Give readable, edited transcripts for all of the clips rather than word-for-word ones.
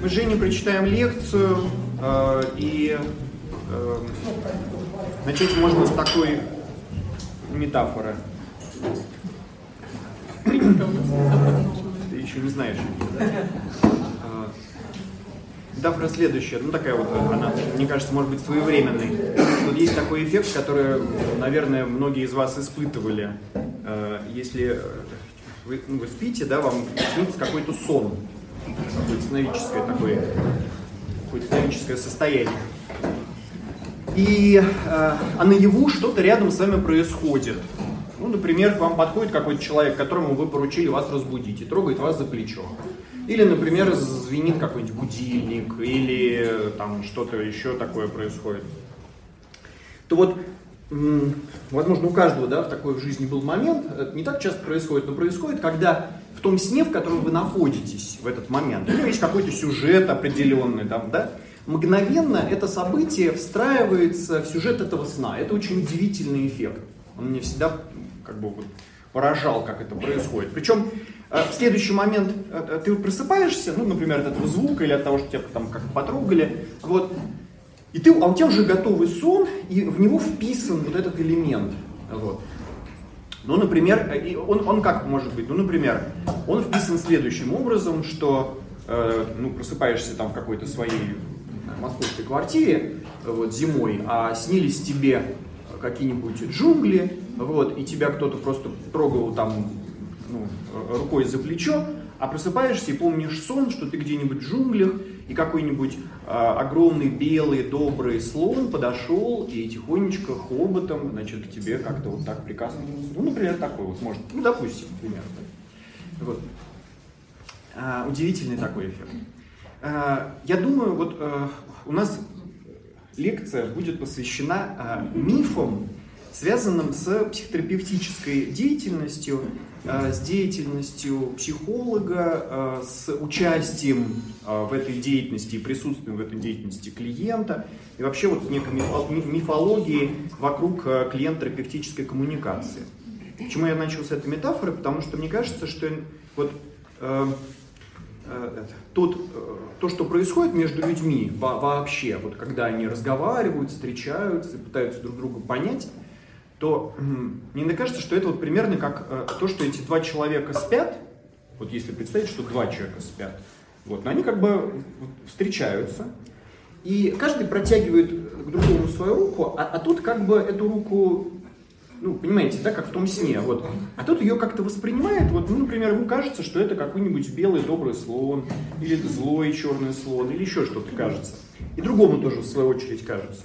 Жене прочитаем лекцию, и начать можно с такой метафоры. Ты еще не знаешь, да? Метафора следующая, такая вот, она, мне кажется, может быть своевременной. Тут есть такой эффект, который, наверное, многие из вас испытывали. Если вы спите, да, вам снится какой-то сон, какое-то сновидческое состояние. А наяву что-то рядом с вами происходит. Например, к вам подходит какой-то человек, которому вы поручили вас разбудить, и трогает вас за плечо. Или, например, звенит какой-нибудь будильник, или там что-то еще такое происходит. То вот, возможно, у каждого, да, в такой в жизни был момент, это не так часто происходит, но происходит, когда в том сне, в котором вы находитесь в этот момент, есть какой-то сюжет определенный, там, да, мгновенно это событие встраивается в сюжет этого сна. Это очень удивительный эффект. Он меня всегда поражал, как это происходит. Причем в следующий момент ты просыпаешься, например, от этого звука или от того, что тебя там как-то потрогали, вот, и у тебя уже готовый сон, и в него вписан вот этот элемент. Вот. Например, он как может быть? Например, он вписан следующим образом, что просыпаешься там в какой-то своей московской квартире вот, зимой, а снились тебе какие-нибудь джунгли, вот, и тебя кто-то просто трогал там рукой за плечо, а просыпаешься и помнишь сон, что ты где-нибудь в джунглях, и какой-нибудь огромный белый добрый слон подошел и тихонечко хоботом, значит, к тебе как-то вот так прикоснулся. Например, такой вот может, допустим, например. Вот. Удивительный такой эффект. Я думаю, вот у нас лекция будет посвящена мифам, связанным с психотерапевтической деятельностью, с деятельностью психолога, с участием в этой деятельности и присутствием в этой деятельности клиента, и вообще вот с некой мифологией вокруг клиент-терапевтической коммуникации. Почему я начал с этой метафоры? Потому что мне кажется, что вот то, что происходит между людьми вообще, вот когда они разговаривают, встречаются, пытаются друг друга понять, то мне кажется, что это вот примерно как то, что эти два человека спят, вот если представить, что два человека спят, вот, но они как бы встречаются, и каждый протягивает к другому свою руку, а тут как бы эту руку, понимаете, да, как в том сне, вот, а тут ее как-то воспринимает, вот, например, ему кажется, что это какой-нибудь белый добрый слон, или злой черный слон, или еще что-то кажется, и другому тоже в свою очередь кажется.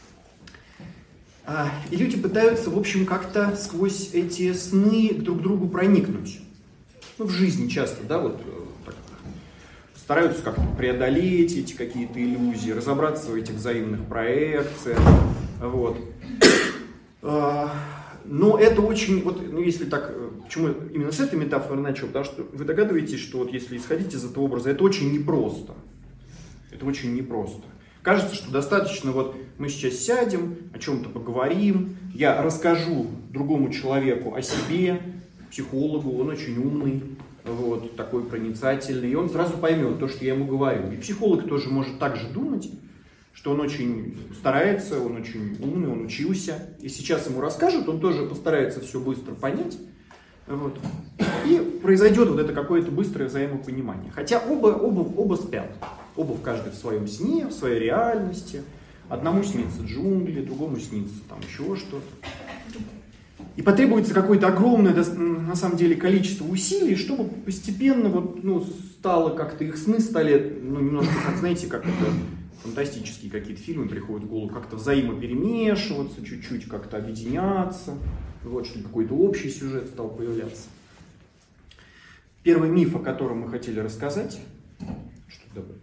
И люди пытаются, в общем, как-то сквозь эти сны друг к другу проникнуть. В жизни часто, да, вот так, стараются как-то преодолеть эти какие-то иллюзии, разобраться в этих взаимных проекциях, вот. Но это очень, вот, если так, почему именно с этой метафоры начал, потому что вы догадываетесь, что вот если исходить из этого образа, это очень непросто. Это очень непросто. Кажется, что достаточно, вот мы сейчас сядем, о чем-то поговорим, я расскажу другому человеку о себе, психологу, он очень умный, вот, такой проницательный, и он сразу поймет то, что я ему говорю. И психолог тоже может так же думать, что он очень старается, он очень умный, он учился, и сейчас ему расскажут, он тоже постарается все быстро понять, вот, и произойдет вот это какое-то быстрое взаимопонимание. Хотя оба спят. Оба каждый в своем сне, в своей реальности. Одному снится джунгли, другому снится там еще что-то. И потребуется какое-то огромное, на самом деле, количество усилий, чтобы постепенно вот, стало как-то, их сны стали, немножко, как, знаете, как это, фантастические какие-то фильмы приходят в голову, как-то взаимоперемешиваться, чуть-чуть как-то объединяться, вот, чтобы какой-то общий сюжет стал появляться. Первый миф, о котором мы хотели рассказать, что добавить?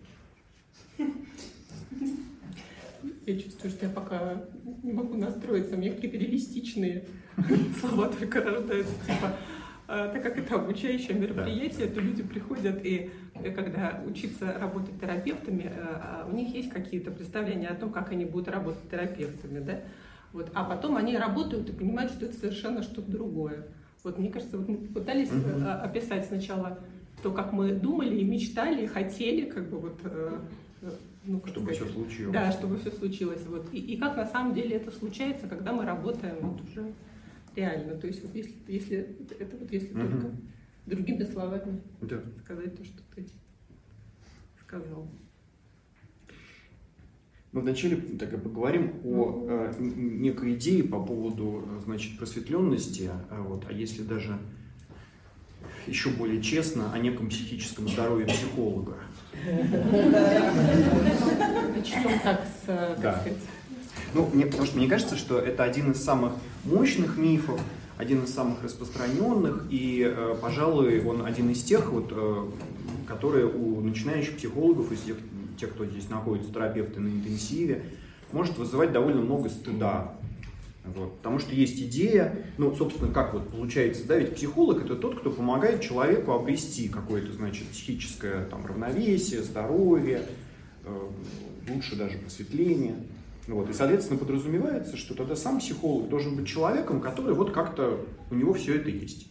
Я чувствую, что я пока не могу настроиться, мне какие-то реалистичные слова только рождаются, типа, так как это обучающее мероприятие, то люди приходят, и когда учиться работать терапевтами, у них есть какие-то представления о том, как они будут работать терапевтами, да? Вот, а потом они работают и понимают, что это совершенно что-то другое. Вот, мне кажется, вот мы пытались описать сначала то, как мы думали и мечтали, хотели, как бы вот, ну, как чтобы сказать, все случилось. Да, чтобы все случилось. Вот. И как на самом деле это случается, когда мы работаем вот уже реально. То есть вот если это вот если только другими словами сказать то, что ты сказал. Мы вначале так и поговорим о некой идее по поводу, значит, просветленности, вот, а если даже еще более честно, о неком психическом здоровье психолога. Начнем так с, так сказать. Ну, потому что мне кажется, что это один из самых мощных мифов, один из самых распространенных, и, пожалуй, он один из тех, вот, которые у начинающих психологов, из тех, кто здесь находится, терапевты на интенсиве, может вызывать довольно много стыда. Вот. Потому что есть идея, ну, собственно, как вот получается, да, ведь психолог — это тот, кто помогает человеку обрести какое-то, значит, психическое там равновесие, здоровье, лучше даже просветление. Вот. И, соответственно, подразумевается, что тогда сам психолог должен быть человеком, который вот как-то у него все это есть.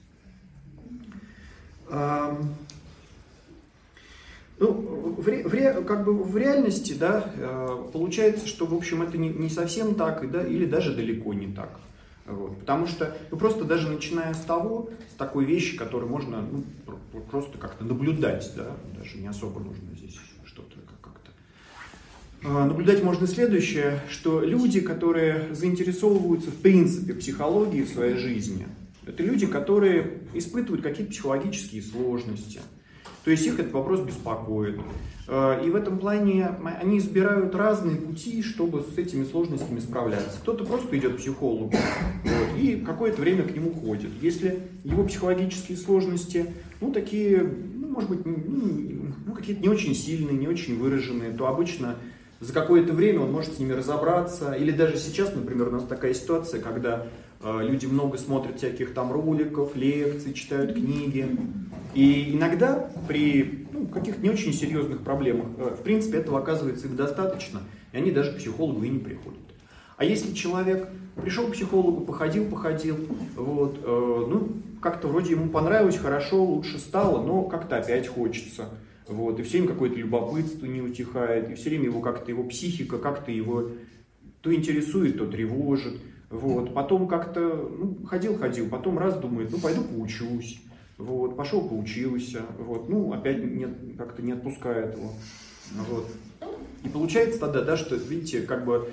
Ну, как бы в реальности, да, получается, что, в общем, это не совсем так, да, или даже далеко не так. Вот. Потому что, ну, просто даже начиная с того, с такой вещи, которую можно, ну, просто как-то наблюдать, да, даже не особо нужно здесь что-то как-то. Наблюдать можно следующее, что люди, которые заинтересовываются в принципе психологией в своей жизни, это люди, которые испытывают какие-то психологические сложности. То есть их этот вопрос беспокоит. И в этом плане они избирают разные пути, чтобы с этими сложностями справляться. Кто-то просто идет к психологу, вот, и какое-то время к нему ходит. Если его психологические сложности, ну, такие, ну, может быть, ну, какие-то не очень сильные, не очень выраженные, то обычно за какое-то время он может с ними разобраться. Или даже сейчас, например, у нас такая ситуация, когда люди много смотрят всяких там роликов, лекций, читают книги. И иногда при каких-то не очень серьезных проблемах, в принципе, этого оказывается их достаточно, и они даже к психологу и не приходят. А если человек пришел к психологу, походил, вот, ну, как-то вроде ему понравилось, хорошо, лучше стало, но как-то опять хочется. Вот, и все время какое-то любопытство не утихает, и все время его как-то, его психика как-то его то интересует, то тревожит. Вот, потом как-то, ну, ходил, потом раз думает, ну, пойду поучусь. Вот, пошел поучился, вот, ну, опять как-то не отпускает его. Вот. И получается тогда, да, что, видите, как бы,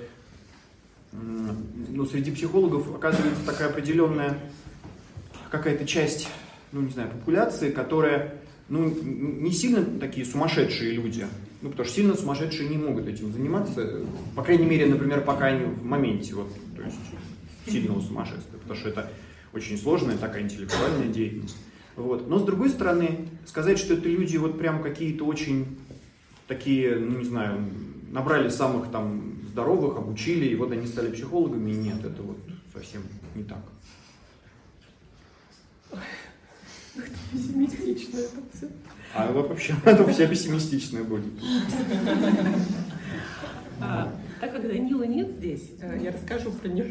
ну, среди психологов оказывается такая определенная какая-то часть, ну, не знаю, популяции, которая, ну, не сильно такие сумасшедшие люди, ну, потому что сильно сумасшедшие не могут этим заниматься, по крайней мере, например, пока они в моменте, вот, то есть сильного сумасшествия, потому что это очень сложная такая интеллектуальная деятельность. Вот. Но с другой стороны, сказать, что это люди вот прям какие-то очень такие, ну, не знаю, набрали самых там здоровых, обучили, и вот они стали психологами, нет, это вот совсем не так. Это пессимистично это все. А вот вообще, это все пессимистичное будет. Так как Данила нет здесь, я расскажу про него.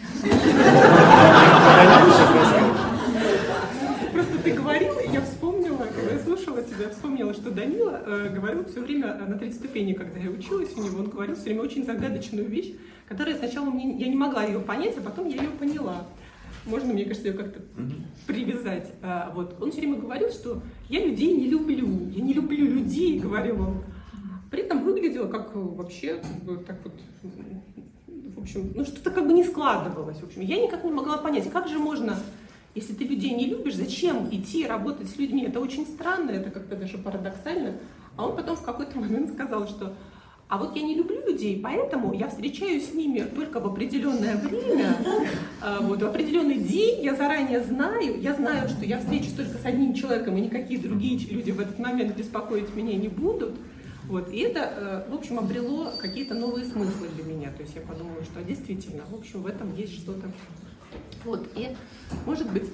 Просто ты говорила, и я вспомнила, когда я слушала тебя, вспомнила, что Данила говорил все время на 3 ступени, когда я училась у него, он говорил все время очень загадочную вещь, которая сначала я не могла ее понять, а потом я ее поняла. Можно, мне кажется, ее как-то привязать. Вот. Он все время говорил, что я людей не люблю, я не люблю людей, говорил он. При этом выглядело как вообще, как бы, так вот, в общем, ну что-то как бы не складывалось. В общем, я никак не могла понять, как же можно, если ты людей не любишь, зачем идти работать с людьми? Это очень странно, это как-то даже парадоксально. А он потом в какой-то момент сказал, что а вот я не люблю людей, поэтому я встречаюсь с ними только в определенное время, вот, в определенный день, я заранее знаю, что я встречусь только с одним человеком, и никакие другие люди в этот момент беспокоить меня не будут. Вот, и это, в общем, обрело какие-то новые смыслы для меня. То есть я подумала, что действительно, в общем, в этом есть что-то. Вот, и, может быть,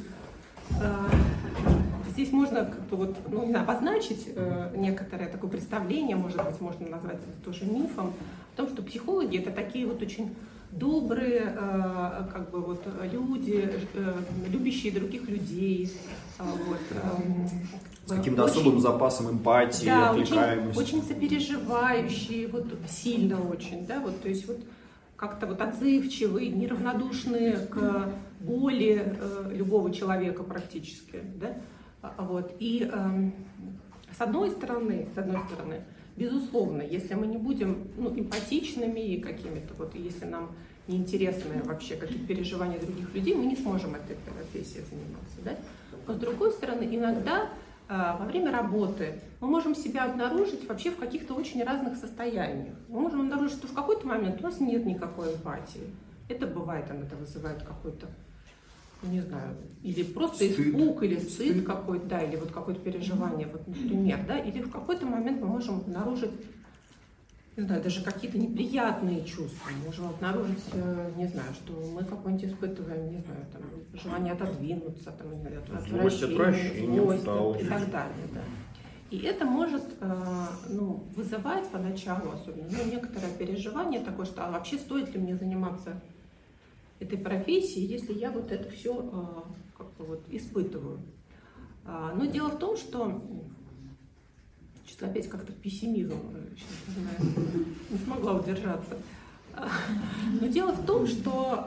здесь можно как-то вот, ну, не знаю, обозначить некоторое такое представление, может быть, можно назвать это тоже мифом, о том, что психологи — это такие вот очень добрые как бы вот люди, любящие других людей. Вот, с каким-то особым запасом эмпатии, да, откликаемости. Очень сопереживающие, вот сильно очень, да, вот, то есть вот как-то вот отзывчивые, неравнодушные к боли любого человека практически, да, вот, и с одной стороны, безусловно, если мы не будем эмпатичными и какими-то, вот, если нам неинтересны вообще какие-то переживания других людей, мы не сможем этой профессией заниматься, да. Но с другой стороны, иногда во время работы мы можем себя обнаружить вообще в каких-то очень разных состояниях. Мы можем обнаружить, что в какой-то момент у нас нет никакой эмпатии. Это бывает, это вызывает какой-то, не знаю, или просто испуг, или стыд какой-то, да, или вот какое-то переживание, вот, например, да, или в какой-то момент мы можем обнаружить, не знаю, даже какие-то неприятные чувства. Мы можем обнаружить, не знаю, что мы какое-нибудь испытываем, не знаю, там, желание отодвинуться, там, отвращение, злость и так далее, да. И это может вызывать поначалу особенно некоторое переживание такое, что а вообще стоит ли мне заниматься этой профессией, если я вот это все как бы вот испытываю. Но дело в том, что что-то опять как-то пессимизм, не смогла удержаться. Но дело в том, что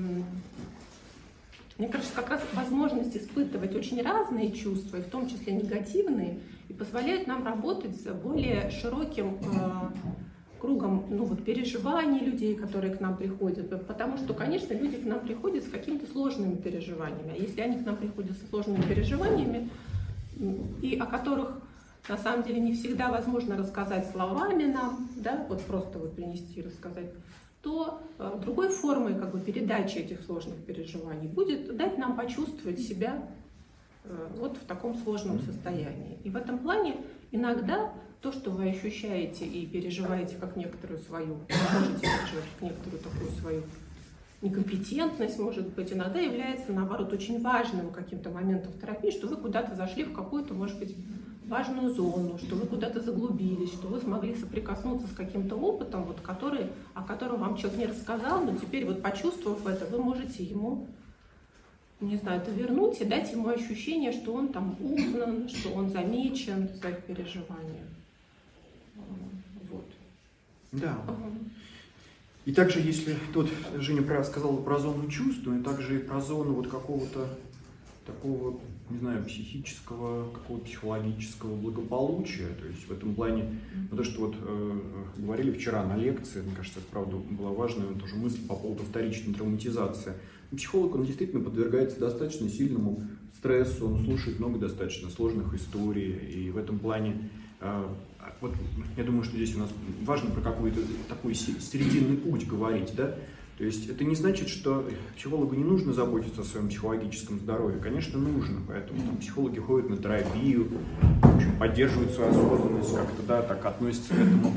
мне кажется, как раз возможность испытывать очень разные чувства, и в том числе негативные, и позволяет нам работать с более широким кругом переживаний людей, которые к нам приходят. Потому что, конечно, люди к нам приходят с какими-то сложными переживаниями. А если они к нам приходят с сложными переживаниями, и о которых на самом деле не всегда возможно рассказать словами нам, да, вот просто вот принести и рассказать, то другой формой как бы передачи этих сложных переживаний будет дать нам почувствовать себя вот в таком сложном состоянии. И в этом плане иногда то, что вы ощущаете и переживаете как некоторую свою, можете переживать как некоторую такую свою некомпетентность, может быть, иногда является, наоборот, очень важным каким-то моментом в терапии, что вы куда-то зашли в какую-то, может быть, важную зону, что вы куда-то заглубились, что вы смогли соприкоснуться с каким-то опытом, вот, о котором вам человек не рассказал, но теперь, вот, почувствовав это, вы можете ему, не знаю, это вернуть и дать ему ощущение, что он там узнан, что он замечен в своих переживаниях. Вот. Да. И также, если тут Женя сказала про зону чувств, и также и про зону вот какого-то такого, не знаю, психического, какого-то психологического благополучия. То есть в этом плане, то, что вот говорили вчера на лекции, мне кажется, это правда была важная тоже мысль по поводу вторичной травматизации. Психолог, он действительно подвергается достаточно сильному стрессу, он слушает много достаточно сложных историй, и в этом плане вот я думаю, что здесь у нас важно про какой-то такой серединный путь говорить, да? То есть это не значит, что психологу не нужно заботиться о своем психологическом здоровье. Конечно, нужно, поэтому там психологи ходят на терапию, в общем, поддерживают свою осознанность, как-то, да, так относятся к этому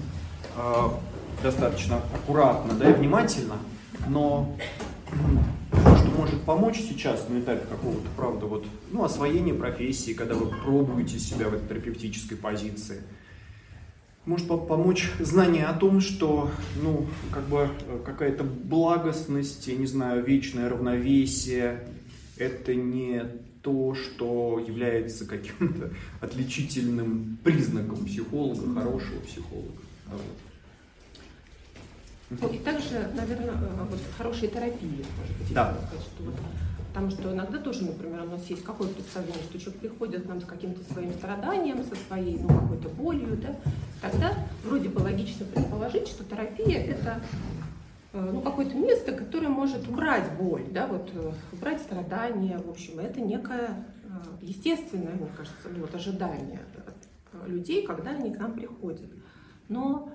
достаточно аккуратно, да, и внимательно, но то, что может помочь сейчас на этапе какого-то, правда, вот, освоения профессии, когда вы пробуете себя в этой терапевтической позиции, может помочь знание о том, что, какая-то благостность, я не знаю, вечное равновесие, это не то, что является каким-то отличительным признаком психолога, хорошего психолога. И также, наверное, вот хорошей терапии, может быть, да. Сказать, что вот, потому что иногда тоже, например, у нас есть какое представление, что человек приходит к нам с каким-то своим страданием, со своей какой-то болью, да, тогда вроде бы логично предположить, что терапия — это какое-то место, которое может убрать боль, да, вот, убрать страдания, в общем, это некое естественное, мне кажется, ожидание людей, когда они к нам приходят. Но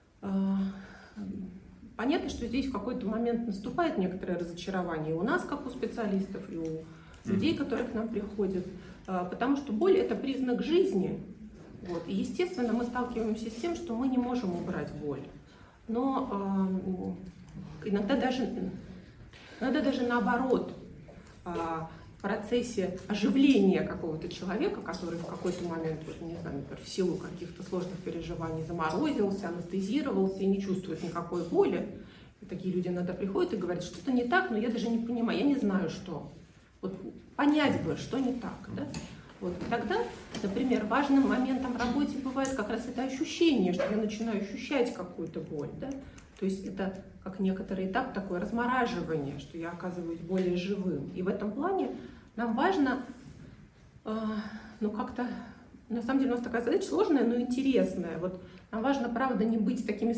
понятно, что здесь в какой-то момент наступает некоторое разочарование и у нас, как у специалистов, и у людей, которые к нам приходят, потому что боль — это признак жизни. Вот. И, естественно, мы сталкиваемся с тем, что мы не можем убрать боль. Но иногда даже наоборот, в процессе оживления какого-то человека, который в какой-то момент, не знаю, например, в силу каких-то сложных переживаний заморозился, анестезировался и не чувствует никакой боли, И такие люди иногда приходят и говорят, что-то не так, но я даже не понимаю, я не знаю, что. Вот понять бы, что не так, да? Вот. И тогда, например, важным моментом в работе бывает как раз это ощущение, что я начинаю ощущать какую-то боль, да? То есть это как некоторый этап такое размораживание, что я оказываюсь более живым. И в этом плане нам важно, как-то, на самом деле у нас такая задача сложная, но интересная. Вот нам важно, правда, не быть такими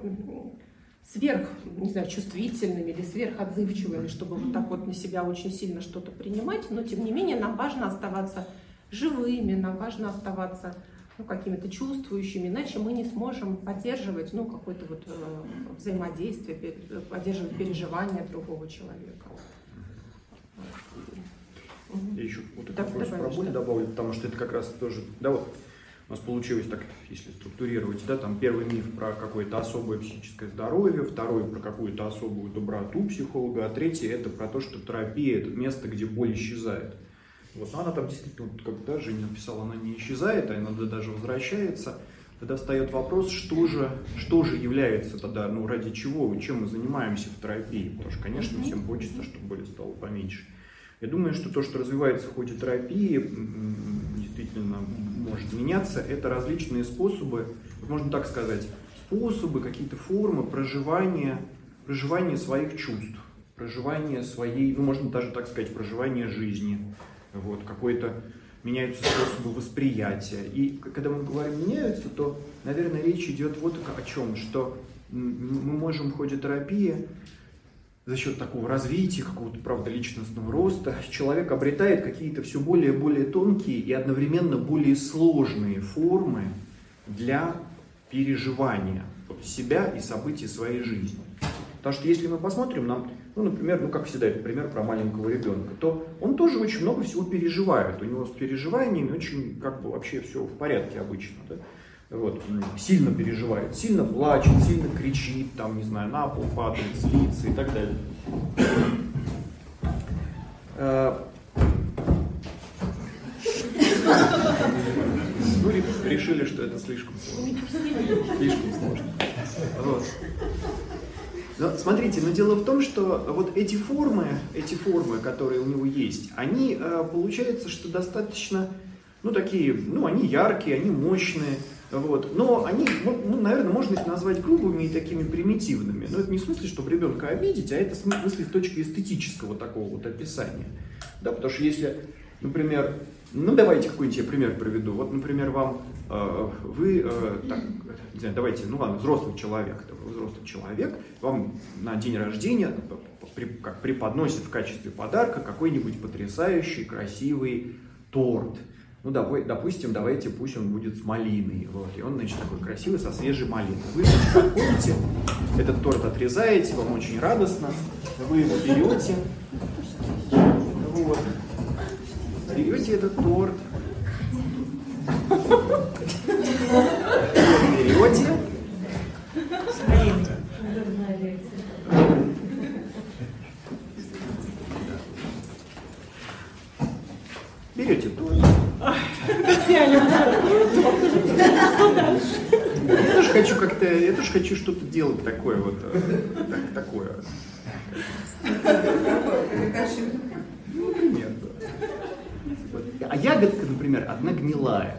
не знаю, чувствительными или сверхотзывчивыми, чтобы вот так вот на себя очень сильно что-то принимать, но тем не менее нам важно оставаться живыми, нам важно оставаться какими-то чувствующими, иначе мы не сможем поддерживать какое-то вот взаимодействие, поддерживать переживания другого человека. Я еще вот этот вопрос про боль добавлю, потому что это как раз тоже, да, вот у нас получилось так, если структурировать, да, там первый миф про какое-то особое психическое здоровье, второй про какую-то особую доброту психолога, а третий это про то, что терапия это место, где боль исчезает. Вот, но она там действительно, когда Женя написала, она не исчезает, а иногда даже возвращается. Тогда встает вопрос, что же является тогда, ради чего, чем мы занимаемся в терапии, потому что, конечно, всем хочется, чтобы боли стало поменьше. Я думаю, что то, что развивается в ходе терапии, действительно может меняться, это различные способы, можно так сказать, какие-то формы проживания своих чувств, проживания своей, можно даже так сказать, проживания жизни. Вот, какое-то меняются способы восприятия. И когда мы говорим «меняются», то, наверное, речь идет вот о чем, что мы можем в ходе терапии за счет такого развития, какого-то, правда, личностного роста, человек обретает какие-то все более и более тонкие и одновременно более сложные формы для переживания себя и событий своей жизни. Потому что если мы посмотрим, например, как всегда, это пример про маленького ребенка, то он тоже очень много всего переживает. У него с переживаниями очень вообще все в порядке обычно. Да? Вот. Сильно переживает, сильно плачет, сильно кричит, на пол падает, злится и так далее. Решили, что это слишком сложно. Слишком сложно. Вот. Но смотрите, дело в том, что вот эти формы, которые у него есть, они, получается, что достаточно, они яркие, они мощные, вот, но они, наверное, можно их назвать грубыми и такими примитивными, но это не в смысле, чтобы ребенка обидеть, а это в смысле с точки эстетического такого вот описания, да, потому что если, например, давайте какой-нибудь я пример приведу, вот, например, взрослый человек, вам на день рождения преподносит в качестве подарка какой-нибудь потрясающий, красивый торт. Допустим, пусть он будет с малиной. Вот, и он, такой красивый, со свежей малиной. Вы подходите, этот торт отрезаете, вам очень радостно, вы его берете, берете этот торт, берете, берете торт. Я тоже хочу что-то делать такое вот, такое. Например, да. А ягодка, например, одна гнилая.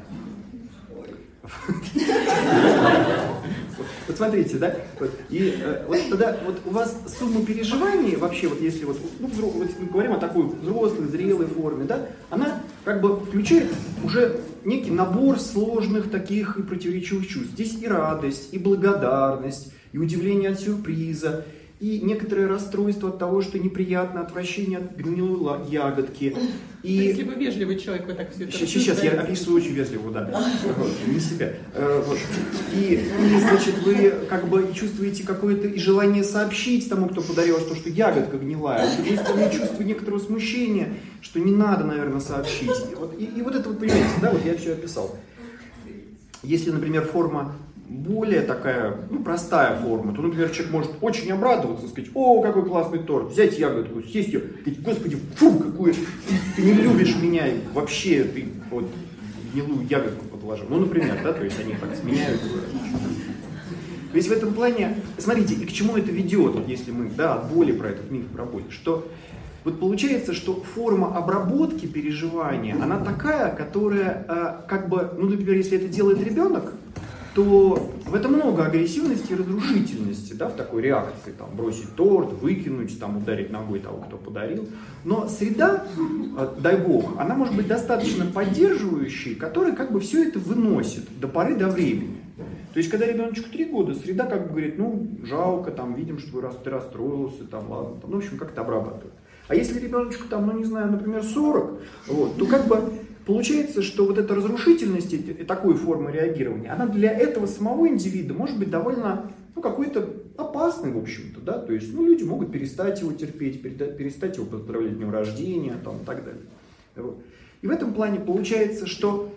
Вот смотрите, да? И тогда у вас сумма переживаний, вообще, если мы говорим о такой взрослой, зрелой форме, да, она включает уже некий набор сложных таких и противоречивых чувств. Здесь и радость, и благодарность, и удивление от сюрприза, и некоторое расстройство от того, что неприятно, отвращение от гнилой ягодки. Если вы вежливый человек, вы так все это Сейчас я описываю очень вежливо, да. Не себя. И значит, вы чувствуете какое-то и желание сообщить тому, кто подарил, что ягодка гнилая. С другой стороны, чувство некоторого смущения, что не надо, наверное, сообщить. И вот это, понимаете, да, я все описал. Если, например, форма более такая, простая форма, то, например, человек может очень обрадоваться, сказать: «О, какой классный торт», взять ягодку, съесть ее, сказать: «Господи, фу, какую, ты не любишь меня, вообще, ты гнилую ягодку подложил». Например, да, то есть они так сменяются. То есть в этом плане, смотрите, и к чему это ведет, вот если мы, от боли про этот миф про боль, что вот получается, что форма обработки переживания, она такая, которая например, если это делает ребенок, то в этом много агрессивности и разрушительности, в такой реакции, бросить торт, выкинуть, ударить ногой того, кто подарил. Но среда, дай бог, она может быть достаточно поддерживающей, которая все это выносит до поры до времени. То есть, когда ребеночку 3 года, среда говорит, жалко, видим, что ты расстроился, ладно, в общем, как-то обрабатывает. А если ребеночку, например, 40, то получается, что вот эта разрушительность и такой формы реагирования, она для этого самого индивида может быть довольно, какой-то опасной, в общем-то, то есть, люди могут перестать его терпеть, перестать его поздравлять с днем рождения, и так далее. Вот. И в этом плане получается, что,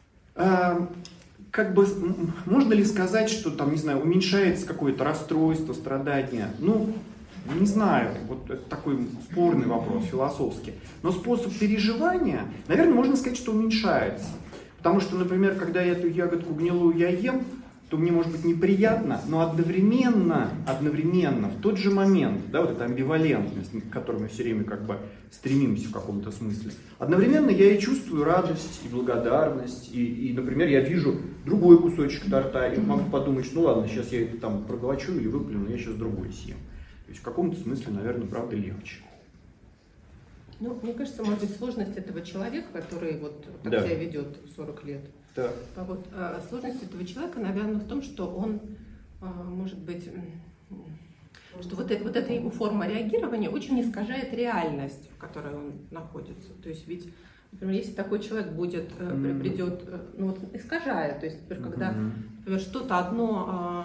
можно ли сказать, что, уменьшается какое-то расстройство, страдание, не знаю, это такой спорный вопрос, философский. Но способ переживания, наверное, можно сказать, что уменьшается. Потому что, например, когда я эту ягодку гнилую я ем, то мне может быть неприятно, но одновременно, в тот же момент, вот эта амбивалентность, к которой мы все время стремимся в каком-то смысле, одновременно я и чувствую радость, и благодарность, и, например, я вижу другой кусочек торта, и могу подумать, ладно, сейчас я это проглочу или выплюну, я сейчас другой съем. То есть в каком-то смысле, наверное, правда легче. Мне кажется, может быть, сложность этого человека, который так себя ведет 40 лет. Да. Сложность этого человека, наверное, в том, что он, может быть, что вот эта его форма реагирования очень искажает реальность, в которой он находится. То есть ведь, например, если такой человек придет, искажает, то есть, например, когда, например, что-то одно...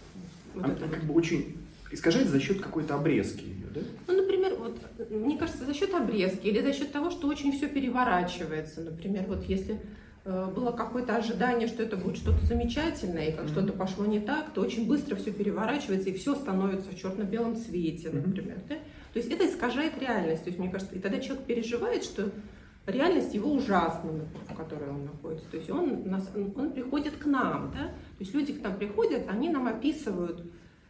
очень... Искажает за счет какой-то обрезки ее, да? Например, мне кажется, за счет обрезки или за счет того, что очень все переворачивается. Например, если было какое-то ожидание, что это будет что-то замечательное, и как что-то пошло не так, то очень быстро все переворачивается, и все становится в черно-белом цвете, например. Да? То есть это искажает реальность. То есть, мне кажется, и тогда человек переживает, что реальность его ужасна, в которой он находится. То есть он приходит к нам, да? То есть люди к нам приходят, они нам описывают.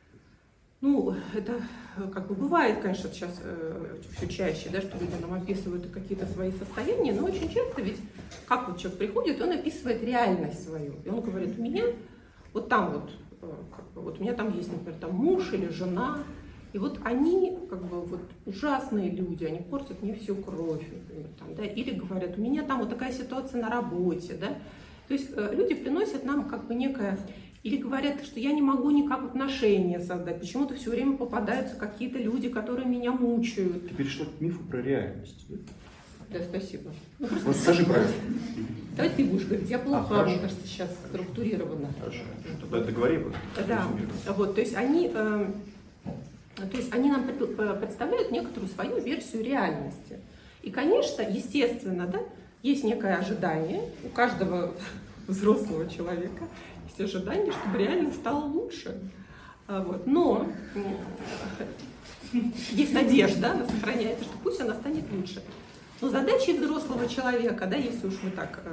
Это бывает, конечно, сейчас все чаще, что люди нам описывают какие-то свои состояния, но очень часто ведь, человек приходит, он описывает реальность свою. И он говорит, у меня у меня там есть, например, муж или жена, и они ужасные люди, они портят мне всю кровь, например, или говорят, у меня там такая ситуация на работе, да. То есть люди приносят нам некое... Или говорят, что я не могу никак отношения создать. Почему-то все время попадаются какие-то люди, которые меня мучают. Ты перешла к мифу про реальность. Да, спасибо. Скажи правильно. Давай ты будешь говорить. Я плохо, мне кажется, сейчас структурирована. Хорошо. Договори. Да. То есть они нам представляют некоторую свою версию реальности. И, конечно, естественно, есть некое ожидание у каждого взрослого человека, есть ожидание, чтобы реально стало лучше. Но есть надежда, она сохраняется, что пусть она станет лучше. Но задачей взрослого человека, если уж мы так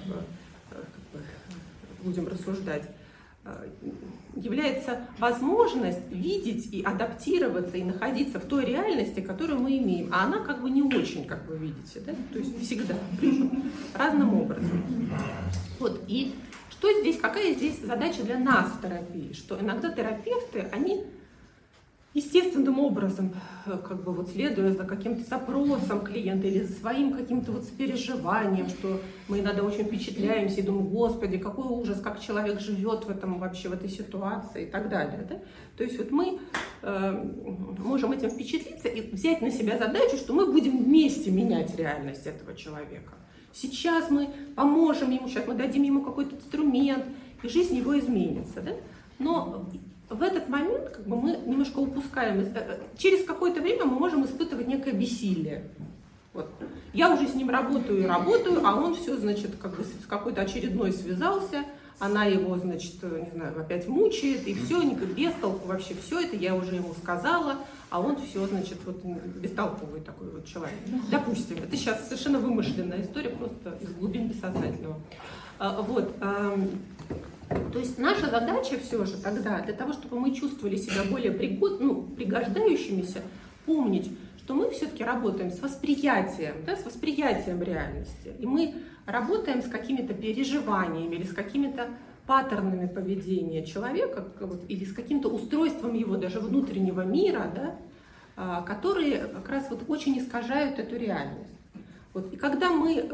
будем рассуждать, является возможность видеть и адаптироваться, и находиться в той реальности, которую мы имеем. А она не очень, как вы видите, да? То есть всегда, разным образом. И какая здесь задача для нас в терапии? Что иногда терапевты, они естественным образом, следуя за каким-то запросом клиента или за своим каким-то сопереживанием, что мы иногда очень впечатляемся и думаем, Господи, какой ужас, как человек живет в этой ситуации и так далее. Да? То есть мы можем этим впечатлиться и взять на себя задачу, что мы будем вместе менять реальность этого человека. Сейчас мы поможем ему, сейчас мы дадим ему какой-то инструмент, и жизнь его изменится. Да? Но в этот момент мы немножко упускаем. Через какое-то время мы можем испытывать некое бессилие. Я уже с ним работаю, а он все, с какой-то очередной связался, она его, опять мучает, и все, без толку вообще все это, я уже ему сказала, а он все, бестолковый такой человек. Допустим, это сейчас совершенно вымышленная история, просто из глубин бессознательного. То есть наша задача все же тогда, для того, чтобы мы чувствовали себя более пригождающимися, помнить, что мы все-таки работаем с восприятием, да, с восприятием реальности. И мы работаем с какими-то переживаниями или с какими-то паттернами поведения человека, или с каким-то устройством его даже внутреннего мира, да, которые как раз вот очень искажают эту реальность. Вот. И когда мы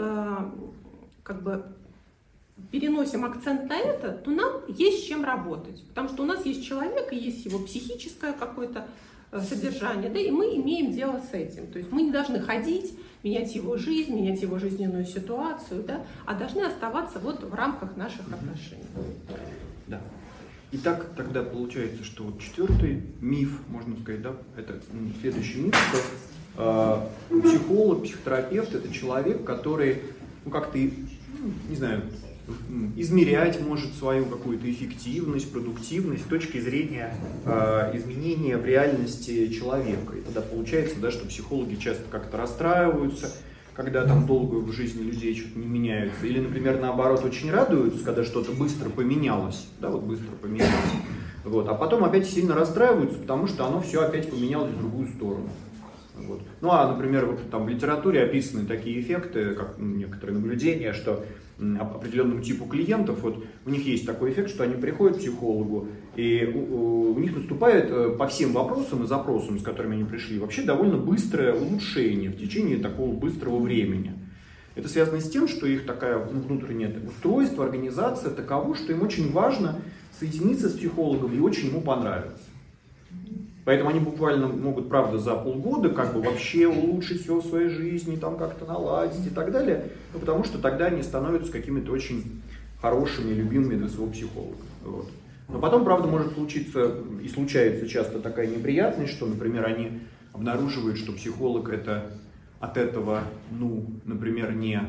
как бы переносим акцент на это, то нам есть с чем работать, потому что у нас есть человек и есть его психическое какое-то содержание, да, и мы имеем дело с этим. То есть мы не должны ходить, менять его жизнь, менять его жизненную ситуацию, да, а должны оставаться вот в рамках наших отношений. Да. Итак, тогда получается, что вот четвертый миф, можно сказать, да, это следующий миф, что психолог, психотерапевт — это человек, который, ну, как-то, не знаю, измерять может свою какую-то эффективность, продуктивность с точки зрения изменения в реальности человека. И тогда получается, да, что психологи часто как-то расстраиваются, когда там долго в жизни людей что-то не меняются. Или, например, наоборот, очень радуются, когда что-то быстро поменялось. Да, вот быстро поменялось. Вот. А потом опять сильно расстраиваются, потому что оно все опять поменялось в другую сторону. Вот. Ну а, например, вот, там в литературе описаны такие эффекты, как некоторые наблюдения, что определенному типу клиентов, вот у них есть такой эффект, что они приходят к психологу, и у них наступает по всем вопросам и запросам, с которыми они пришли, вообще довольно быстрое улучшение в течение такого быстрого времени. Это связано с тем, что их такая внутреннее устройство, организация таково, что им очень важно соединиться с психологом и очень ему понравиться. Поэтому они буквально могут, правда, за полгода как бы вообще улучшить все в своей жизни, там как-то наладить и так далее, ну, потому что тогда они становятся какими-то очень хорошими, любимыми для своего психолога. Вот. Но потом, правда, может случиться, и случается часто такая неприятность, что, например, они обнаруживают, что психолог это от этого, ну, например, не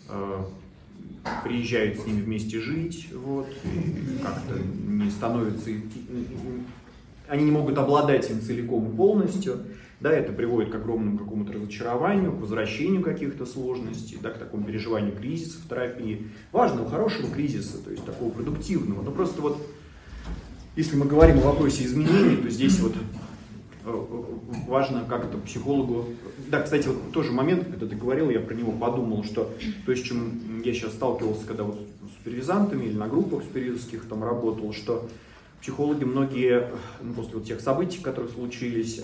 приезжает с ними вместе жить, вот, и как-то не становится... Они не могут обладать им целиком и полностью, да, это приводит к огромному какому-то разочарованию, к возвращению каких-то сложностей, да, к такому переживанию кризиса в терапии. Важного, хорошего кризиса, то есть такого продуктивного. Но просто вот, если мы говорим о вопросе изменений, то здесь вот важно как-то психологу... Да, кстати, вот тоже момент, когда ты говорил, я про него подумал, что то, с чем я сейчас сталкивался, когда вот с супервизантами или на группах супервизорских там работал, что психологи многие, после вот тех событий, которые случились,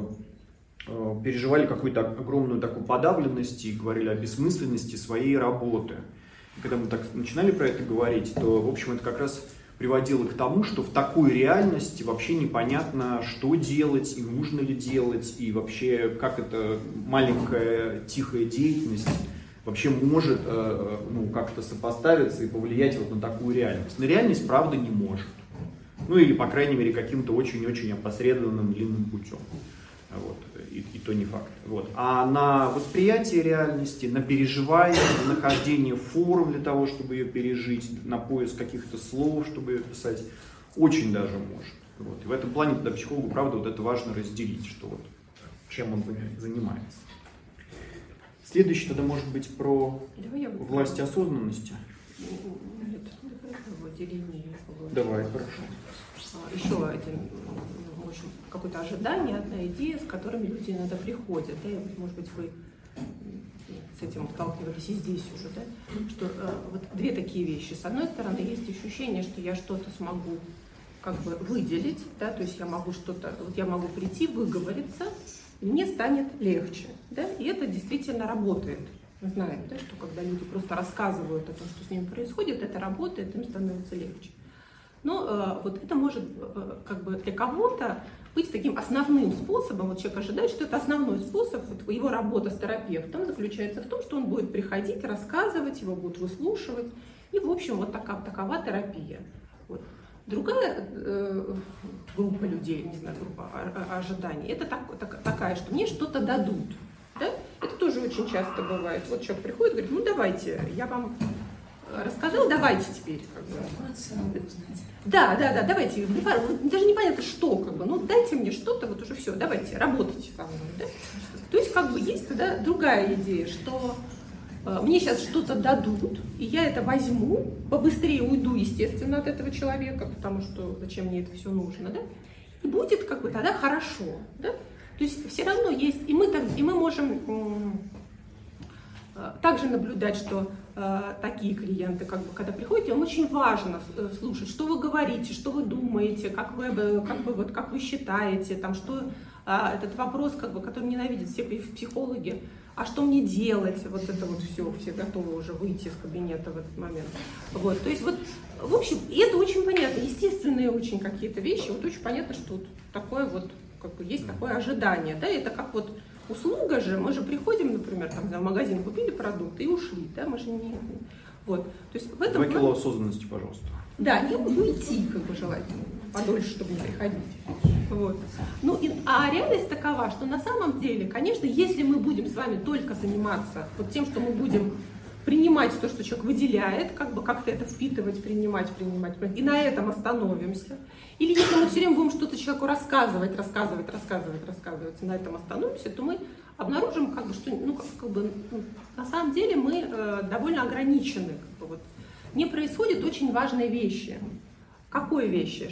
переживали какую-то огромную такую подавленность и говорили о бессмысленности своей работы. И когда мы так начинали про это говорить, то, в общем, это как раз приводило к тому, что в такой реальности вообще непонятно, что делать, и нужно ли делать, и вообще, как эта маленькая тихая деятельность вообще может как-то сопоставиться и повлиять вот на такую реальность. На реальность, правда, не может. Ну или, по крайней мере, каким-то очень-очень опосредованным длинным путем. Вот. И то не факт. Вот. А на восприятие реальности, на переживание, на нахождение форм для того, чтобы ее пережить, на поиск каких-то слов, чтобы ее писать, очень даже может. Вот. И в этом плане тогда психологу, правда, вот это важно разделить, что вот, чем он занимается. Следующий тогда может быть про власть осознанности. Нет, деление. Давай, хорошо. Еще один, в общем, какое-то ожидание, одна идея, с которыми люди иногда приходят. Да, и, может быть, вы с этим сталкивались и здесь уже, да, что вот две такие вещи. С одной стороны, есть ощущение, что я что-то смогу как бы выделить, да, то есть я могу что-то, вот я могу прийти, выговориться, и мне станет легче, да, и это действительно работает. Мы знаем, да, что когда люди просто рассказывают о том, что с ними происходит, это работает, им становится легче. Но вот это может как бы для кого-то быть таким основным способом. Вот человек ожидает, что это основной способ, вот его работа с терапевтом заключается в том, что он будет приходить, рассказывать, его будут выслушивать. И, в общем, вот такова терапия. Вот. Другая группа людей, не знаю, группа ожиданий, это такая, что мне что-то дадут. Да? Это тоже очень часто бывает. Вот человек приходит и говорит, ну давайте, я вам рассказал, давайте теперь. Как бы. Да, давайте. Даже непонятно, что, как бы, ну дайте мне что-то, вот уже все, давайте, работайте со мной. Да? То есть, как бы, есть тогда другая идея, что мне сейчас что-то дадут, и я это возьму, побыстрее уйду, естественно, от этого человека, потому что зачем мне это все нужно, да? И будет как бы тогда хорошо, да? То есть все равно есть, и мы можем также наблюдать, что такие клиенты, как бы, когда приходите, им очень важно слушать, что вы говорите, что вы думаете, как вы считаете, там, что этот вопрос, как бы, который ненавидят все психологи, а что мне делать, вот это вот все готовы уже выйти из кабинета в этот момент. Вот, то есть вот, в общем, и это очень понятно, естественные очень какие-то вещи, вот очень понятно, что вот такое вот, как бы, есть такое ожидание, да, это как вот услуга же, мы же приходим, например, там, в магазин, купили продукт и ушли, да, мы же не... Вот, то есть в этом... 2 кило осознанности, пожалуйста. Да, и уйти, как бы, желательно, подольше, чтобы не приходить. Вот. Ну, а реальность такова, что на самом деле, конечно, если мы будем с вами только заниматься вот тем, что мы будем принимать то, что человек выделяет, как бы как-то это впитывать, принимать, и на этом остановимся. Или если мы все время будем что-то человеку рассказывать, и на этом остановимся, то мы обнаружим, как бы, что на самом деле мы довольно ограничены. Как бы, вот. Не происходят очень важные вещи. Какие вещи?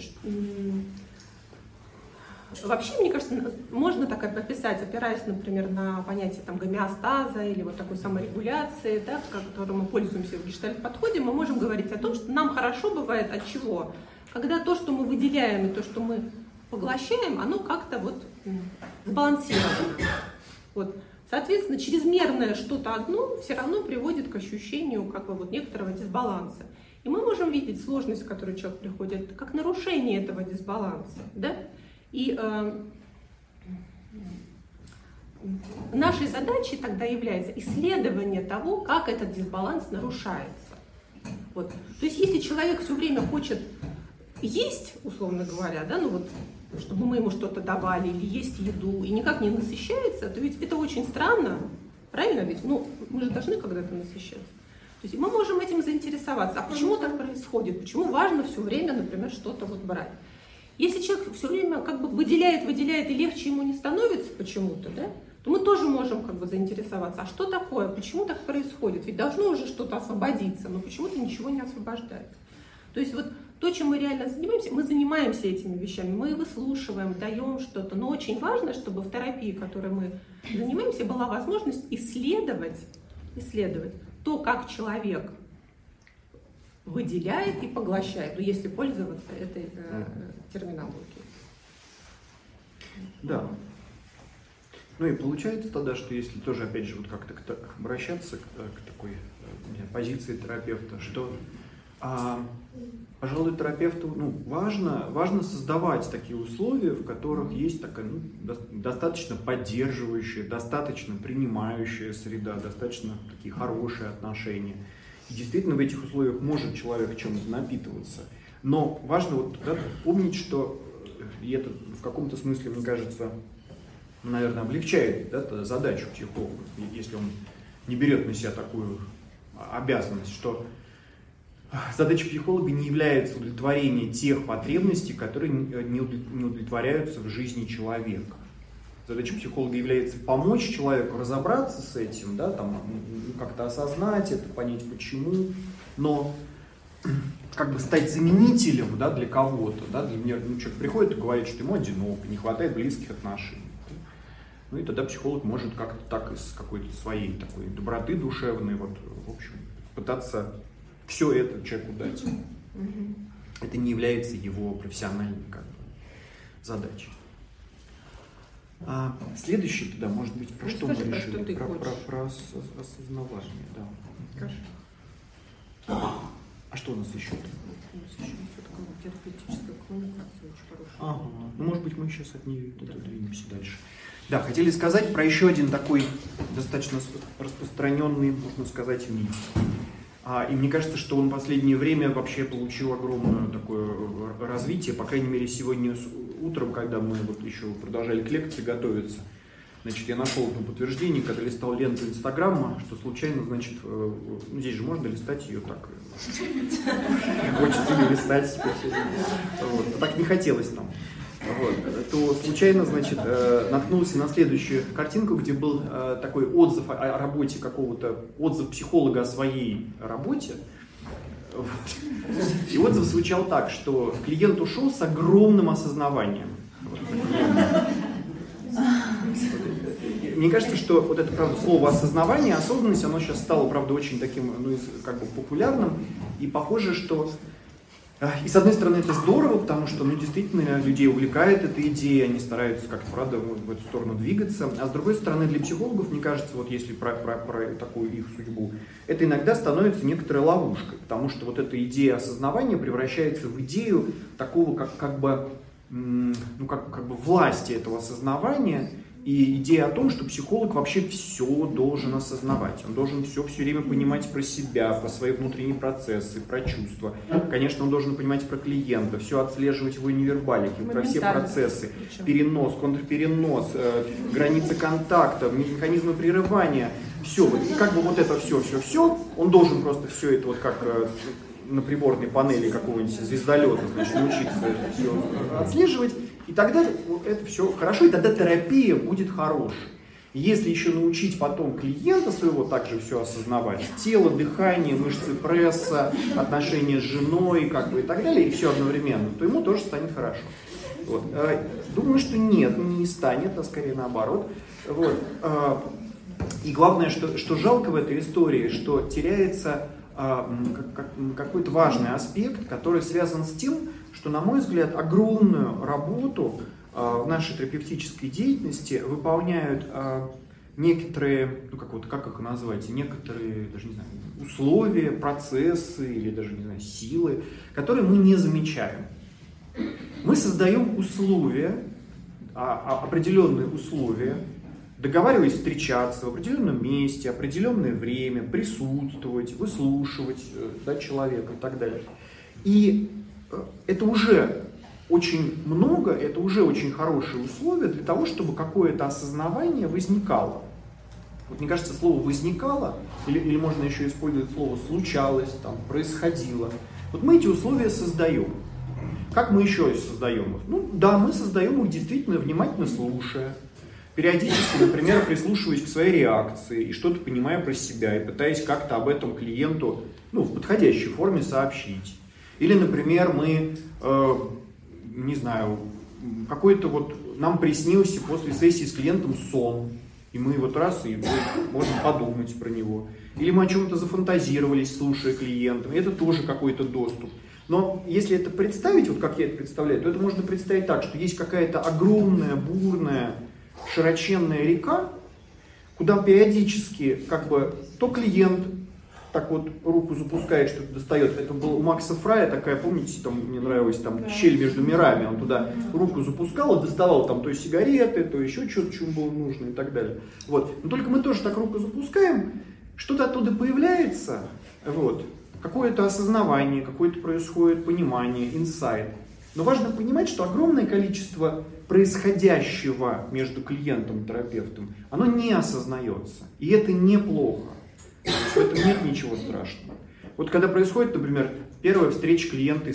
Вообще, мне кажется, можно так описать, опираясь, например, на понятие там, гомеостаза или вот такой саморегуляции, да, которой мы пользуемся в гештальт-подходе, мы можем говорить о том, что нам хорошо бывает от чего? Когда то, что мы выделяем, и то, что мы поглощаем, оно как-то вот сбалансировано. Вот. Соответственно, чрезмерное что-то одно все равно приводит к ощущению как бы, вот, некоторого дисбаланса. И мы можем видеть сложность, в которую человек приходит, как нарушение этого дисбаланса. Да? И нашей задачей тогда является исследование того, как этот дисбаланс нарушается. Вот. То есть если человек все время хочет есть, условно говоря, да, ну вот, чтобы мы ему что-то давали, или есть еду, и никак не насыщается, то ведь это очень странно, правильно ведь? Ну, мы же должны когда-то насыщаться. То есть мы можем этим заинтересоваться. А почему так происходит? Почему важно все время, например, что-то вот брать? Если человек все время как бы выделяет, и легче ему не становится почему-то, да, то мы тоже можем как бы заинтересоваться. А что такое? Почему так происходит? Ведь должно уже что-то освободиться, но почему-то ничего не освобождается. То есть вот то, чем мы реально занимаемся, мы занимаемся этими вещами, мы выслушиваем, даем что-то. Но очень важно, чтобы в терапии, которой мы занимаемся, была возможность исследовать то, как человек выделяет и поглощает, ну, если пользоваться этой терминологией. Да. Ну и получается тогда, что если тоже, опять же, вот как-то обращаться к такой позиции терапевта, что, пожалуй, терапевту важно создавать такие условия, в которых есть такая достаточно поддерживающая, достаточно принимающая среда, достаточно такие хорошие отношения. И действительно в этих условиях может человек чем-то напитываться. Но важно вот, да, помнить, что, и это в каком-то смысле, мне кажется, наверное, облегчает, да, задачу психолога, если он не берет на себя такую обязанность, что задача психолога не является удовлетворение тех потребностей, которые не удовлетворяются в жизни человека. Задача психолога является помочь человеку разобраться с этим, да, там, как-то осознать это, понять почему, но как бы стать заменителем, да, для кого-то. Да, для человек приходит и говорит, что ему одиноко, не хватает близких отношений. Ну и тогда психолог может как-то так из какой-то своей такой доброты душевной, вот, в общем, пытаться все это человеку дать. Это не является его профессиональной как бы задачей. Следующий тогда, может быть, про что мы решили? Про осознавание, да. Скажи. А что у нас еще? У нас еще такая терапевтическая коммуникация очень хорошая. Ну, может быть, мы сейчас от нее двинемся дальше. Да, хотели сказать про еще один такой достаточно распространенный, можно сказать, миф. И мне кажется, что он в последнее время вообще получил огромное такое развитие, по крайней мере, сегодня утром, когда мы вот еще продолжали к лекции готовиться, значит, я нашел это подтверждение, когда листал ленту Инстаграма, что случайно, значит, здесь же можно листать ее так, хочется ее листать, вот, так не хотелось там. вот, то случайно, значит, наткнулся на следующую картинку, где был такой отзыв о работе какого-то, отзыв психолога о своей работе. И отзыв звучал так, что клиент ушел с огромным осознаванием. Мне кажется, что вот это, правда, слово осознавание, осознанность, оно сейчас стало, правда, очень таким, ну, как бы популярным. И похоже, что... И с одной стороны это здорово, потому что, ну, действительно, людей увлекает эта идея, они стараются как-то, правда, в эту сторону двигаться. А с другой стороны, для психологов, мне кажется, вот если про такую их судьбу, это иногда становится некоторой ловушкой, потому что вот эта идея осознавания превращается в идею такого, как бы власти этого осознавания. И идея о том, что психолог вообще все должен осознавать. Он должен все время понимать про себя, про свои внутренние процессы, про чувства. Конечно, он должен понимать про клиента, все отслеживать в невербалике, про все процессы. Перенос, контрперенос, границы контакта, механизмы прерывания. Все. И как бы вот это все, он должен просто все это вот как на приборной панели какого-нибудь звездолета, значит, научиться это все отслеживать. И тогда вот это все хорошо, и тогда терапия будет хорошей. Если еще научить потом клиента своего также все осознавать, тело, дыхание, мышцы пресса, отношения с женой, как бы и так далее, и все одновременно, то ему тоже станет хорошо. Вот. Думаю, что нет, не станет, а скорее наоборот. Вот. И главное, что жалко в этой истории, что теряется какой-то важный аспект, который связан с тем, что, на мой взгляд, огромную работу в нашей терапевтической деятельности выполняют некоторые, ну как их назвать, некоторые, даже не знаю, условия, процессы или даже, не знаю, силы, которые мы не замечаем. Мы создаем условия, определенные условия, договариваясь встречаться в определенном месте, определенное время, присутствовать, выслушивать человека и так далее. И это уже очень много, это уже очень хорошие условия для того, чтобы какое-то осознавание возникало. Вот мне кажется, слово «возникало», или можно еще использовать слово «случалось», там, «происходило». Вот мы эти условия создаем. Как мы еще создаем их? Ну да, мы создаем их действительно внимательно слушая, периодически, например, прислушиваясь к своей реакции и что-то понимая про себя, и пытаясь как-то об этом клиенту, ну, в подходящей форме сообщить. Или, например, мы, не знаю, какой-то вот нам приснился после сессии с клиентом сон, и мы вот раз и можем подумать про него. Или мы о чем-то зафантазировались, слушая клиента, и это тоже какой-то доступ. Но если это представить, вот как я это представляю, то это можно представить так, что есть какая-то огромная, бурная, широченная река, куда периодически как бы то клиент так вот руку запускает, что-то достает. Это был у Макса Фрая такая, помните, там мне нравилась там щель между мирами, он туда руку запускал и доставал там то сигареты, то еще что-то, что ему было нужно и так далее. Вот. Но только мы тоже так руку запускаем, что-то оттуда появляется, вот, какое-то осознавание, какое-то происходит понимание, инсайт. Но важно понимать, что огромное количество происходящего между клиентом и терапевтом, оно не осознается. И это неплохо. В этом нет ничего страшного. Вот когда происходит, например, первая встреча клиента и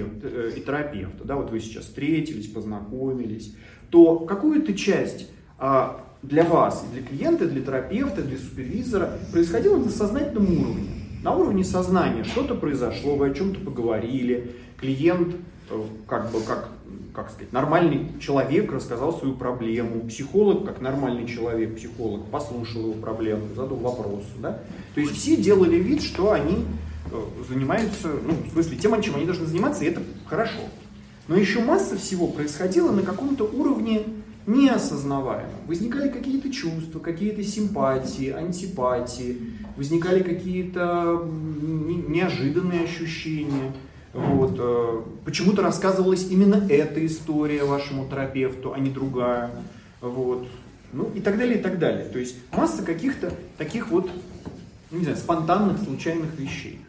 терапевта, да, вот вы сейчас встретились, познакомились, то какую-то часть для вас, для клиента, для терапевта, для супервизора происходило на сознательном уровне. На уровне сознания что-то произошло, вы о чем-то поговорили, клиент, как сказать, нормальный человек рассказал свою проблему, психолог, как нормальный человек, психолог, послушал его проблему, задал вопросы, да? То есть все делали вид, что они занимаются, ну, в смысле, тем, чем они должны заниматься, и это хорошо. Но еще масса всего происходило на каком-то уровне неосознаваемо. Возникали какие-то чувства, какие-то симпатии, антипатии, возникали какие-то неожиданные ощущения. Вот. Почему-то рассказывалась именно эта история вашему терапевту, а не другая. Вот. Ну и так далее, и так далее. То есть масса каких-то таких вот, не знаю, спонтанных, случайных вещей.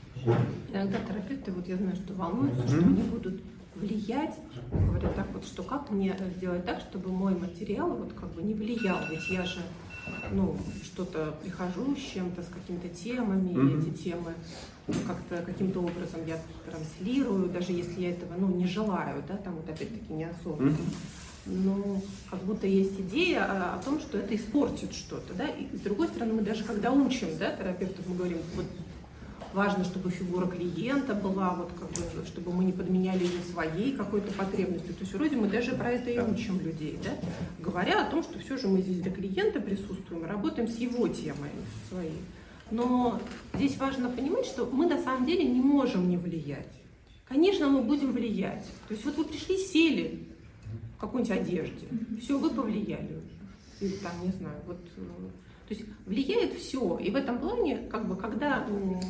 Иногда терапевты, вот я знаю, что волнуются, что они будут влиять, говорят так вот, что как мне сделать так, чтобы мой материал вот как бы не влиял, ведь я же что-то прихожу с чем-то, с какими-то темами, и эти темы как-то каким-то образом я транслирую, даже если я этого не желаю, да, там вот опять-таки неосознанно. Но как будто есть идея о том, что это испортит что-то, да, и с другой стороны мы даже когда учим, да, терапевтов, мы говорим, вот важно, чтобы фигура клиента была, вот как бы, чтобы мы не подменяли ее своей какой-то потребностью, то есть вроде мы даже про это и учим людей, да, говоря о том, что все же мы здесь для клиента присутствуем, работаем с его темой своей, но здесь важно понимать, что мы на самом деле не можем не влиять, конечно мы будем влиять, то есть вот вы пришли, сели в какой-нибудь одежде, все, вы повлияли уже, или там, не знаю, вот, то есть влияет все, и в этом плане, как бы, когда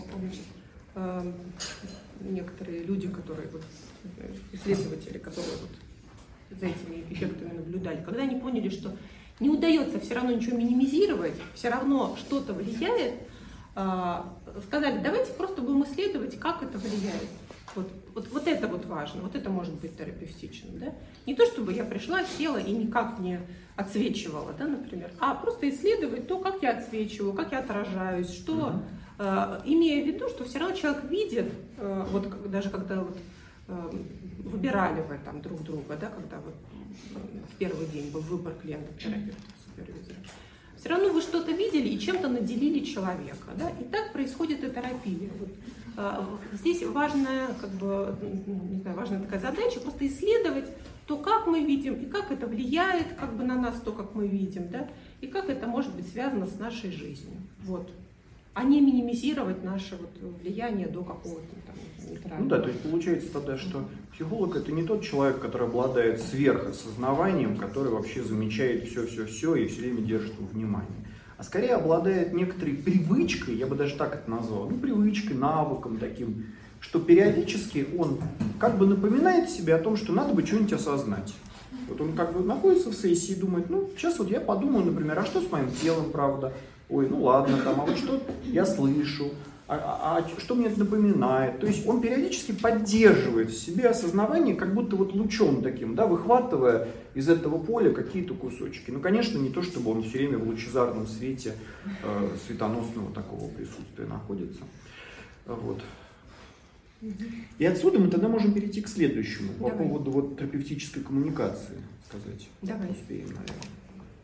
некоторые люди, которые, вот, исследователи, которые вот за этими эффектами наблюдали, когда они поняли, что не удается все равно ничего минимизировать, все равно что-то влияет, сказали, давайте просто будем исследовать, как это влияет. Вот это вот важно, вот это может быть терапевтичным, да? Не то, чтобы я пришла, села и никак не отсвечивала, да, например, а просто исследовать то, как я отсвечиваю, как я отражаюсь, что, имея в виду, что все равно человек видит, вот даже когда вот выбирали вы там друг друга, да, когда вот в первый день был выбор клиента, терапевта, супервизора, все равно вы что-то видели и чем-то наделили человека, да, и так происходит и терапия. Вот. Здесь важная, как бы, не знаю, важная такая задача просто исследовать то, как мы видим, и как это влияет как бы на нас, то, как мы видим, да, и как это может быть связано с нашей жизнью. Вот. А не минимизировать наше вот влияние до какого-то там нейтрального. Ну да, то есть получается тогда, что психолог это не тот человек, который обладает сверхосознаванием, который вообще замечает все и все время держит его внимание. А скорее обладает некоторой привычкой, я бы даже так это назвал, привычкой, навыком таким, что периодически он как бы напоминает себе о том, что надо бы что-нибудь осознать. Вот он как бы находится в сессии и думает, сейчас вот я подумаю, например, а что с моим телом, правда? Ой, ладно, там, а вот что я слышу, а что мне это напоминает? То есть он периодически поддерживает в себе осознавание, как будто вот лучом таким, да, выхватывая из этого поля какие-то кусочки. Конечно, не то, чтобы он все время в лучезарном свете светоносного такого присутствия находится. Вот. И отсюда мы тогда можем перейти к следующему, по поводу вот терапевтической коммуникации, сказать. Давай. Успеем, наверное.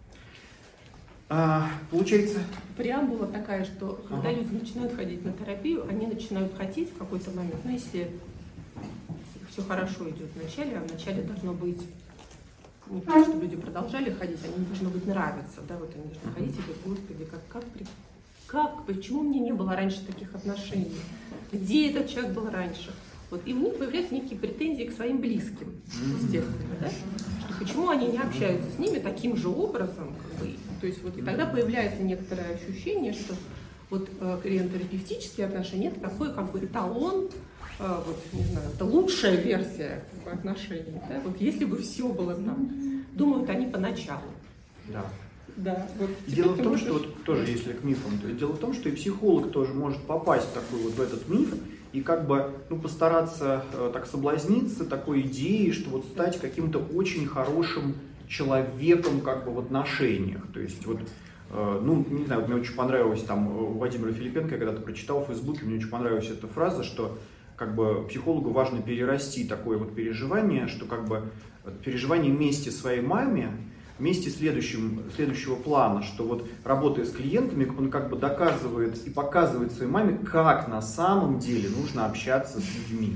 Получается... Преамбула такая, что когда люди начинают ходить на терапию, они начинают хотеть в какой-то момент, если все хорошо идет вначале, а вначале должно быть не то, что люди продолжали ходить, они должно быть нравиться, да, вот они должны ходить и говорить, господи, почему мне не было раньше таких отношений, где этот человек был раньше? Вот, и у них появляются некие претензии к своим близким, естественно, да? Что почему они не общаются с ними таким же образом, как бы, то есть вот и тогда появляется некоторое ощущение, что вот клиент-терапевтические отношения это такой как бы эталон, вот, не знаю, это лучшая версия как бы, отношений, да? Вот если бы все было там, думают они поначалу. Да. Да, вот дело в том, что вот, тоже если к мифам, то дело в том, что и психолог тоже может попасть в такой вот в этот миф и как бы постараться так соблазниться такой идеей, что вот стать каким-то очень хорошим человеком как бы в отношениях. То есть вот, не знаю, вот мне очень понравилось там у Владимира Филипенко, я когда-то прочитал в Фейсбуке, мне очень понравилась эта фраза, что как бы психологу важно перерасти такое вот переживание, что как бы переживание мести своей маме, вместе следующего плана, что вот работая с клиентами, он как бы доказывает и показывает своей маме, как на самом деле нужно общаться с людьми.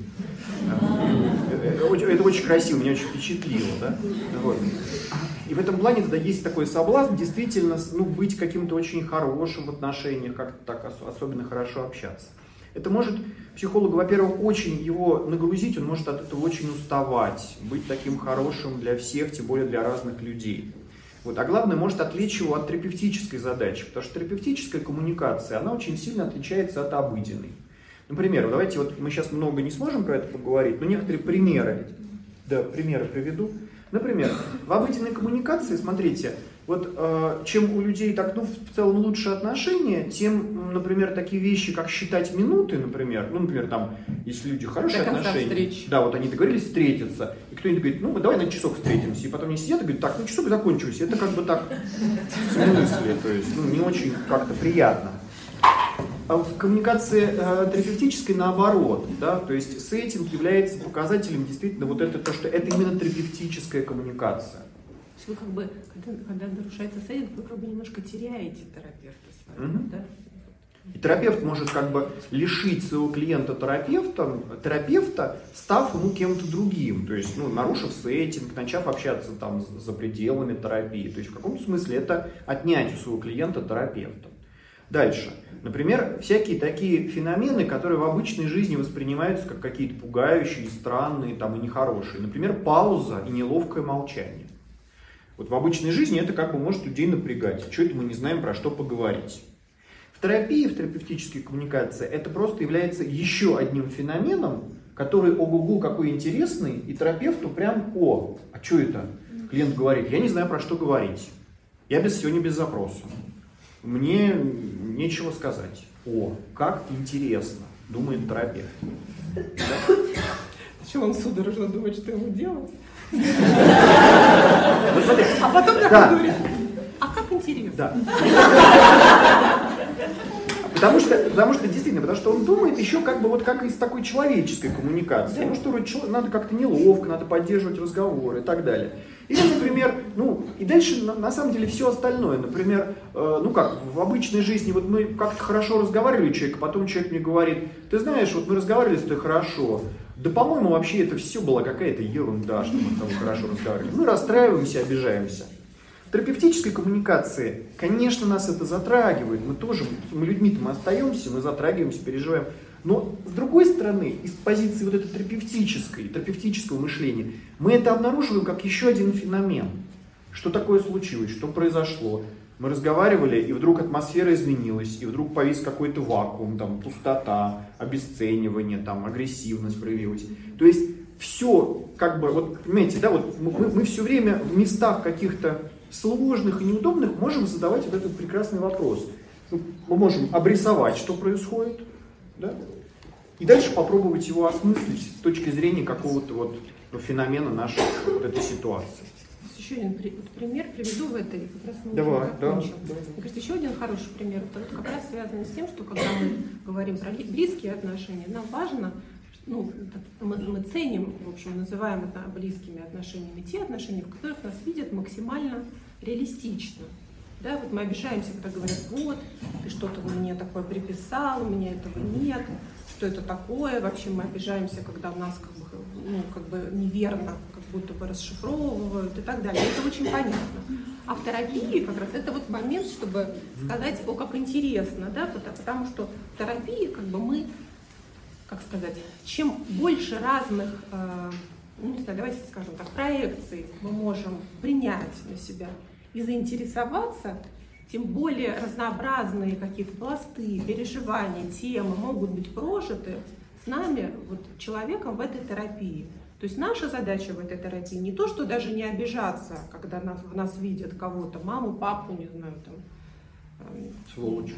Это очень красиво, меня очень впечатлило. Да? Вот. И в этом плане тогда есть такой соблазн действительно быть каким-то очень хорошим в отношениях, как-то так особенно хорошо общаться. Это может психологу, во-первых, очень его нагрузить, он может от этого очень уставать, быть таким хорошим для всех, тем более для разных людей. Вот. А главное, может отвлечь его от терапевтической задачи, потому что терапевтическая коммуникация, она очень сильно отличается от обыденной. Например, давайте вот мы сейчас много не сможем про это поговорить, но некоторые примеры приведу. Например, в обыденной коммуникации, смотрите, Вот чем у людей так, ну, в целом лучше отношения, тем, например, такие вещи, как считать минуты, например, ну, например, там, если люди хорошие отношения, встреч. да, вот они договорились встретиться, и кто-нибудь говорит, ну, давай на часок встретимся, и потом они сидят и говорят, так, ну, часок закончился, это как бы так, в смысле, то есть, ну, не очень как-то приятно. А в коммуникации терапевтической наоборот, да, то есть сеттинг является показателем действительно вот это, то, что это именно терапевтическая коммуникация. Вы как бы, когда нарушается сеттинг, вы как бы немножко теряете терапевта своего, да? И терапевт может как бы лишить своего клиента терапевта, став ему кем-то другим, то есть, ну, нарушив сеттинг, начав общаться там за пределами терапии, то есть в каком-то смысле это отнять у своего клиента терапевта. Дальше. Например, всякие такие феномены, которые в обычной жизни воспринимаются как какие-то пугающие, странные там, и нехорошие. Например, пауза и неловкое молчание. Вот в обычной жизни это как бы может людей напрягать. Что это мы не знаем, про что поговорить. В терапии, в терапевтической коммуникации это просто является еще одним феноменом, который ого-го какой интересный, и терапевту прям, а что это? Клиент говорит, я не знаю, про что говорить. Я сегодня без запроса. Мне нечего сказать. Как интересно, думает терапевт. Да? Зачем он судорожно думает, что ему делать? Вот смотри. А потом так говорит, а как интересно? Да. Потому что он думает еще как бы вот как из такой человеческой коммуникации. Ну что надо как-то неловко, надо поддерживать разговоры и так далее. Или, например, и дальше на самом деле все остальное. Например, в обычной жизни, вот мы как-то хорошо разговаривали человек, потом человек мне говорит, ты знаешь, вот мы разговаривали с тобой хорошо, да, по-моему, вообще это все была какая-то ерунда, что мы с тобой хорошо разговаривали. Мы расстраиваемся, обижаемся. В терапевтической коммуникации, конечно, нас это затрагивает, мы людьми-то мы остаемся, мы затрагиваемся, переживаем. Но, с другой стороны, из позиции вот этой терапевтического мышления, мы это обнаруживаем как еще один феномен. Что такое случилось, что произошло? Мы разговаривали, и вдруг атмосфера изменилась, и вдруг повис какой-то вакуум, там, пустота, обесценивание, там, агрессивность проявилась. То есть, все, как бы, вот, понимаете, да, вот мы все время в местах каких-то сложных и неудобных можем задавать вот этот прекрасный вопрос. Мы можем обрисовать, что происходит, да? И дальше попробовать его осмыслить с точки зрения какого-то вот феномена нашей вот этой ситуации. Еще один пример приведу в этой, как раз мы Давай, уже закончим. Мне кажется, еще один хороший пример, это как раз связано с тем, что когда мы говорим про близкие отношения, нам важно, мы ценим, в общем, называем это близкими отношениями те отношения, в которых нас видят максимально реалистично. Да, вот мы обижаемся, когда говорят, вот, ты что-то мне такое приписал, у меня этого нет, что это такое. Вообще мы обижаемся, когда у нас как бы неверно, как будто бы расшифровывают и так далее. Это очень понятно. А в терапии как раз это вот момент, чтобы сказать, как интересно, да, потому что в терапии как бы мы, как сказать, чем больше разных, давайте скажем так, проекций мы можем принять на себя и заинтересоваться, тем более разнообразные какие-то пласты, переживания, темы могут быть прожиты с нами, вот, человеком в этой терапии. То есть наша задача в этой терапии не то, что даже не обижаться, когда в нас видят кого-то, маму, папу, не знаю, там. Сволочь.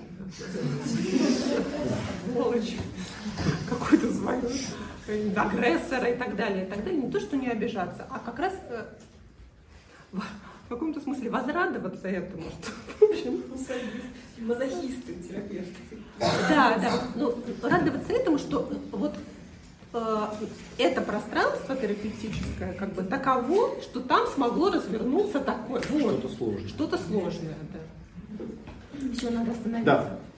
Сволочь. Какой-то звонок, агрессора и так далее, и так далее. Не то, что не обижаться, а как раз в каком-то смысле возрадоваться этому, что, в общем, мазохисты, терапевты. Да. Радоваться этому, что вот это пространство терапевтическое как бы таково, что там смогло развернуться такое. Что-то сложное. Что-то сложное, да. Все, надо остановиться. Да.